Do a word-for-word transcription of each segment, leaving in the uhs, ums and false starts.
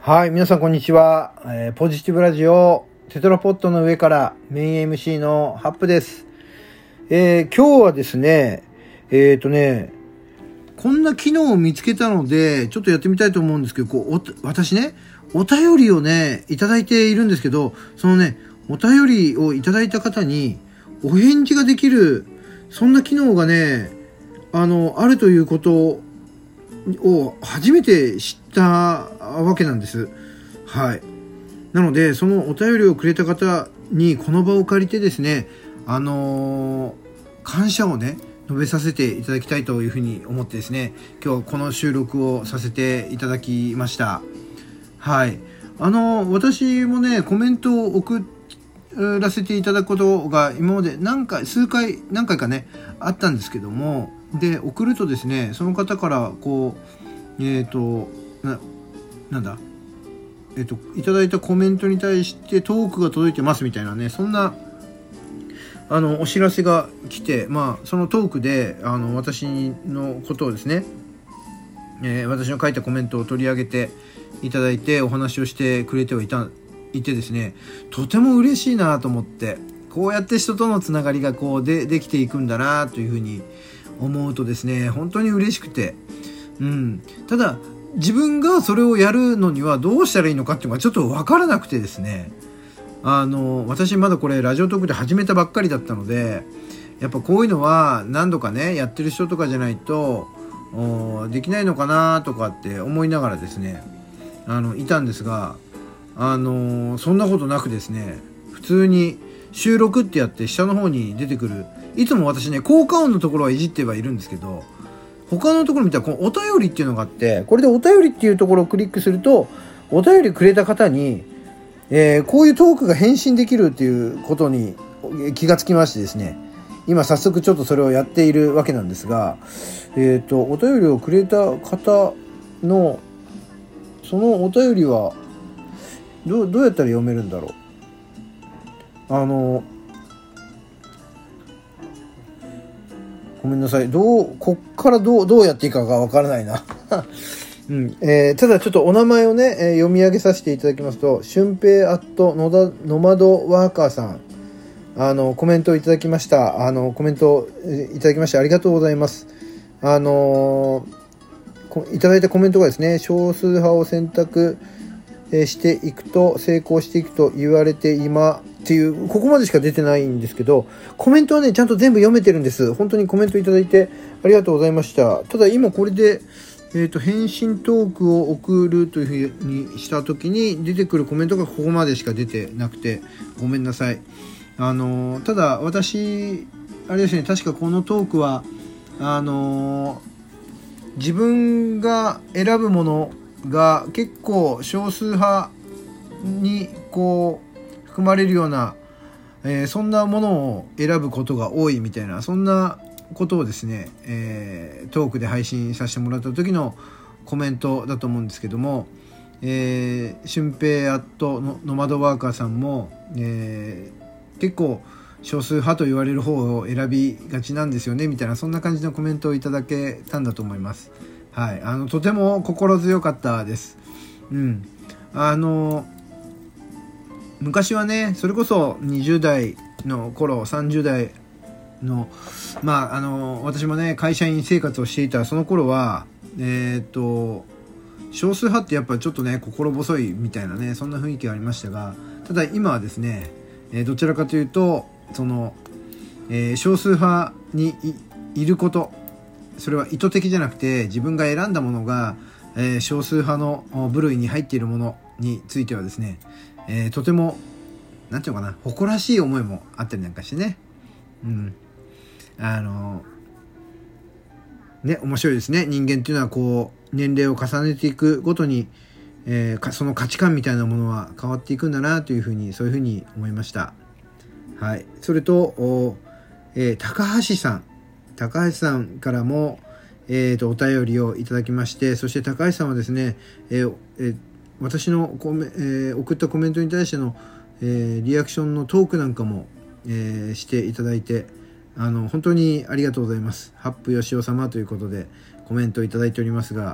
はい、皆さんこんにちは、えー、ポジティブラジオテトラポットの上からメイン エムシー のハップです。えー、今日はですねえっ、ー、とねこんな機能を見つけたのでちょっとやってみたいと思うんですけど、こうお私ねお便りをねいただいているんですけど、そのねお便りをいただいた方にお返事ができる、そんな機能がねあのあるということを初めて知ったわけなんです。はい。なのでそのお便りをくれた方にこの場を借りてですね、あのー、感謝をね述べさせていただきたいというふうに思ってですね、今日この収録をさせていただきました。はい。あのー、私もねコメントを送らせていただくことが今まで何回数回何回かねあったんですけども、で送るとですねその方からこうえっ、ー、とななんだえっ、ー、といただいたコメントに対してトークが届いてますみたいなね、そんなあのお知らせが来て、まあそのトークであの私のことをですね、えー、私の書いたコメントを取り上げていただいてお話をしてくれてはいたいてですね、とても嬉しいなと思って、こうやって人とのつながりがこうでできていくんだなというふうに思うとですね、本当に嬉しくて、うん、ただ自分がそれをやるのにはどうしたらいいのかっていうのがちょっと分からなくてですね、あの私まだこれラジオトークで始めたばっかりだったので、やっぱこういうのは何度かねやってる人とかじゃないとできないのかなとかって思いながらですねあのいたんですが、あのそんなことなくですね、普通に収録ってやって下の方に出てくる、いつも私ね効果音のところはいじってはいるんですけど、他のところ見たらこのお便りっていうのがあって、これでお便りっていうところをクリックするとお便りくれた方に、えー、こういうトークが返信できるっていうことに気がつきましてですね、今早速ちょっとそれをやっているわけなんですが、えっとお便りをくれた方のそのお便りはどう、どうやったら読めるんだろう。あのごめんなさい。どう、こっからどう、どうやっていいかがわからないな。うんえー、ただちょっとお名前をね、えー、読み上げさせていただきますと、俊平アットノダノマドワーカーさん、あの、コメントをいただきました。あの、コメントいただきましてありがとうございます。あのー、いただいたコメントがですね、少数派を選択していくと成功していくと言われて今っていう、ここまでしか出てないんですけど、コメントはねちゃんと全部読めてるんです。本当にコメントいただいてありがとうございました。ただ今これで、えーと、返信トークを送るというふうにした時に出てくるコメントがここまでしか出てなくてごめんなさい。あのただ私あれですね、確かこのトークはあの自分が選ぶものが結構少数派にこう含まれるような、えー、そんなものを選ぶことが多いみたいな、そんなことをですね、えー、トークで配信させてもらった時のコメントだと思うんですけども、えー、俊平アットノマドワーカーさんも、えー、結構少数派と言われる方を選びがちなんですよねみたいな、そんな感じのコメントをいただけたんだと思います。はい、あのとても心強かったです。うん、あの昔はね、それこそにじゅう代の頃、さんじゅう代のまああの私もね会社員生活をしていたその頃は、えー、っと少数派ってやっぱちょっとね心細いみたいなね、そんな雰囲気がありましたが、ただ今はですね、えー、どちらかというとその、えー、少数派に い, いること、それは意図的じゃなくて自分が選んだものが、えー、少数派の部類に入っているものについてはですね、えー、とてもなんていうのかな、誇らしい思いもあったりなんかしてね、うんあのね面白いですね。人間っていうのはこう年齢を重ねていくごとに、えー、その価値観みたいなものは変わっていくんだなというふうに、そういうふうに思いました。はい。それと、えー、高橋さん高橋さんからも、えー、とお便りをいただきまして、そして高橋さんはですね、えーえー、私のコメ、えー、送ったコメントに対しての、えー、リアクションのトークなんかも、えー、していただいて、あの本当にありがとうございます。ハップよしお様ということでコメントをいただいておりますが、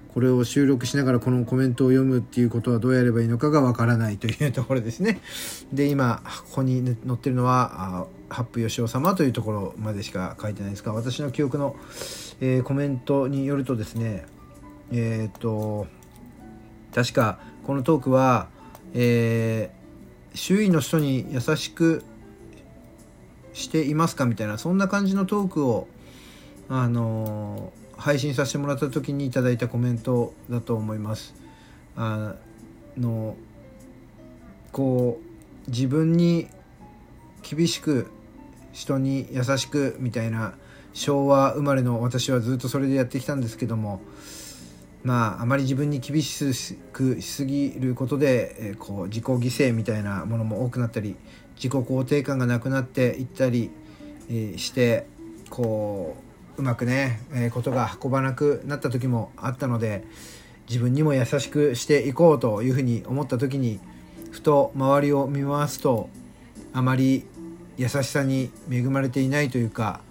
これを収録しながらこのコメントを読むっていうことはどうやればいいのかがわからないというところですね。で、今ここに載ってるのはハップヨシオ様というところまでしか書いてないですが、私の記憶の、えー、コメントによるとですね、えー、っと確かこのトークは、えー、周囲の人に優しくしていますかみたいな、そんな感じのトークをあのー配信させてもらった時にいただいたコメントだと思います。あのこう自分に厳しく人に優しくみたいな、昭和生まれの私はずっとそれでやってきたんですけども、まああまり自分に厳しくしすぎることで、えー、こう自己犠牲みたいなものも多くなったり、自己肯定感がなくなっていったり、えー、してこううまくね、えー、ことが運ばなくなった時もあったので、自分にも優しくしていこうというふうに思った時に、ふと周りを見回すと、あまり優しさに恵まれていないというか、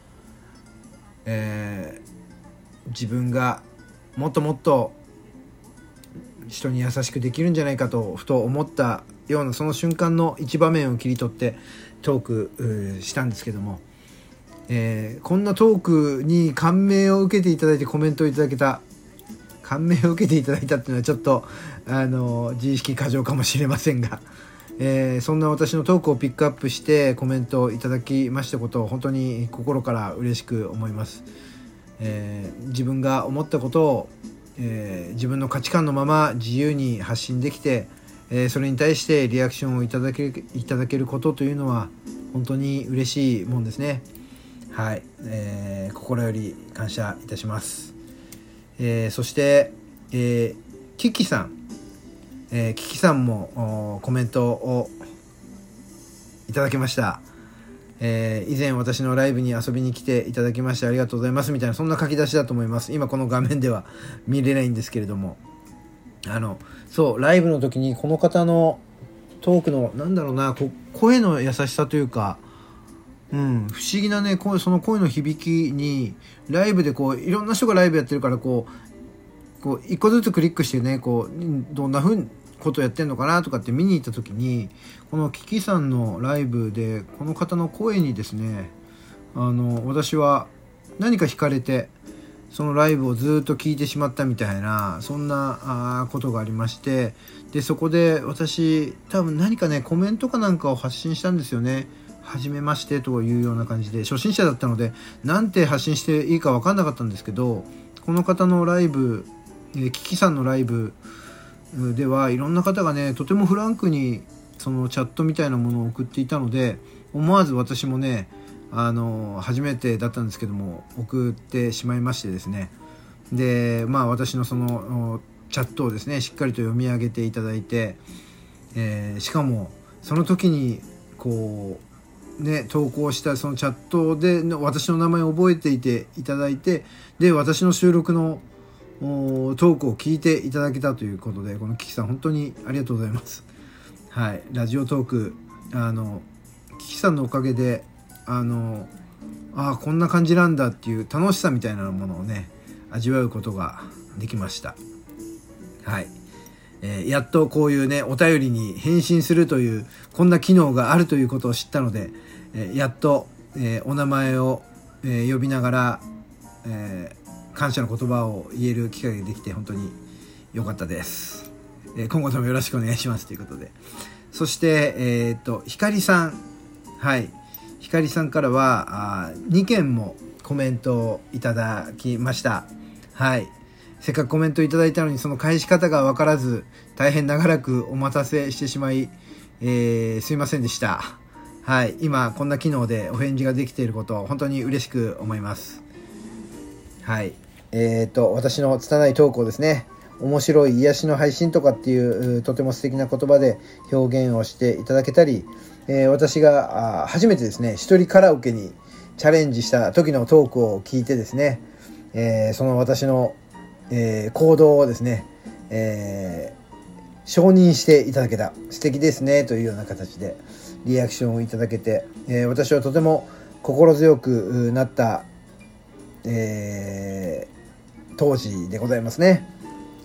えー、自分がもっともっと人に優しくできるんじゃないかとふと思ったような、その瞬間の一場面を切り取ってトークしたんですけども、えー、こんなトークに感銘を受けていただいてコメントをいただけた、感銘を受けていただいたっていうのはちょっとあの自意識過剰かもしれませんが、えー、そんな私のトークをピックアップしてコメントをいただきましたことを本当に心から嬉しく思います。えー、自分が思ったことを、えー、自分の価値観のまま自由に発信できて、えー、それに対してリアクションをいただけ、いただけることというのは本当に嬉しいもんですね。はい、えー、心より感謝いたします。えー、そして、えー、キキさん、えー、キキさんもコメントをいただきました。えー、以前私のライブに遊びに来ていただきましてありがとうございますみたいな、そんな書き出しだと思います。今この画面では見れないんですけれども、あのそうライブの時にこの方のトークのなんだろうな、こ声の優しさというか、うん、不思議なね声、その声の響きにライブでこういろんな人がライブやってるから、こうこう一個ずつクリックしてね、こうどんな風にことやってんのかなとかって見に行った時に、このキキさんのライブでこの方の声にですね、あの私は何か惹かれてそのライブをずっと聞いてしまったみたいな、そんなあことがありまして、でそこで私多分何かねコメントかなんかを発信したんですよね。はじめましてというような感じで、初心者だったのでなんて発信していいか分かんなかったんですけど、この方のライブ、えー、キキさんのライブではいろんな方がねとてもフランクにそのチャットみたいなものを送っていたので、思わず私もねあの初めてだったんですけども送ってしまいましてですね、でまあ私のそのチャットをですねしっかりと読み上げていただいて、えー、しかもその時にこうね、投稿したそのチャットで私の名前を覚えていていただいて、で私の収録のトークを聞いていただけたということで、このキキさん本当にありがとうございます。はい、ラジオトーク、あのキキさんのおかげであのあこんな感じなんだっていう楽しさみたいなものをね味わうことができました。はい、えー、やっとこういうねお便りに返信するというこんな機能があるということを知ったので、えー、やっと、えー、お名前を、えー、呼びながら、えー、感謝の言葉を言える機会ができて本当に良かったです。えー、今後ともよろしくお願いしますということで、そしてえっとひかりさん、はいひかりさんからはあにけんもコメントをいただきました。はい、せっかくコメントいただいたのにその返し方が分からず大変長らくお待たせしてしまい、えー、すいませんでした。はい、今こんな機能でお返事ができていることを本当に嬉しく思います。はい、えーと私の拙いトークをですね、面白い癒しの配信とかっていうとても素敵な言葉で表現をしていただけたり、えー、私が初めてですね一人カラオケにチャレンジした時のトークを聞いてですね、えー、その私の、えー、行動をですね、えー、承認していただけた、素敵ですねというような形でリアクションをいただけて、えー、私はとても心強くなった、えー、当時でございますね。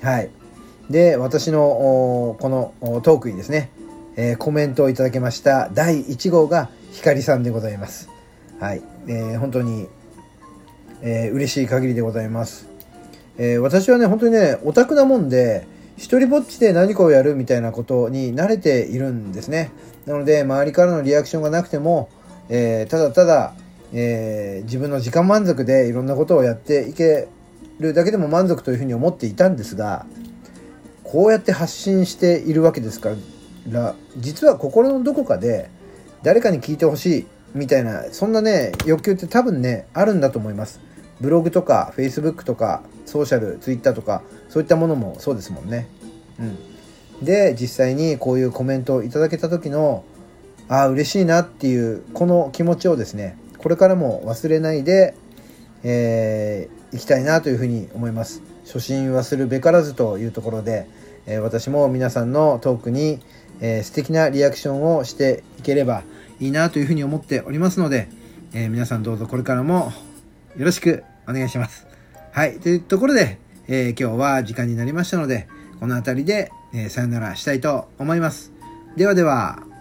はい。で、私のこのトークにですね、えー、コメントをいただけましただいいち号がひかりさんでございます。はい。えー、本当に、えー、嬉しい限りでございます。えー、私はね、本当にね、オタクなもんで、一人ぼっちで何かをやるみたいなことに慣れているんですね。なので、周りからのリアクションがなくても、えー、ただただ、えー、自分の時間満足でいろんなことをやっていけるだけでも満足というふうに思っていたんですが、こうやって発信しているわけですから、実は心のどこかで誰かに聞いてほしいみたいな、そんなね、欲求って多分ね、あるんだと思います。ブログとか Facebook とかソーシャル、Twitter とかそういったものもそうですもんね。うん。で、実際にこういうコメントをいただけた時の、ああ嬉しいなっていうこの気持ちをですね、これからも忘れないで、えー、いきたいなというふうに思います。初心はするべからずというところで、えー、私も皆さんのトークに、えー、素敵なリアクションをしていければいいなというふうに思っておりますので、えー、皆さんどうぞこれからもよろしくお願いします。はい、というところで、えー、今日は時間になりましたので、この辺りで、えー、さよならしたいと思います。ではでは。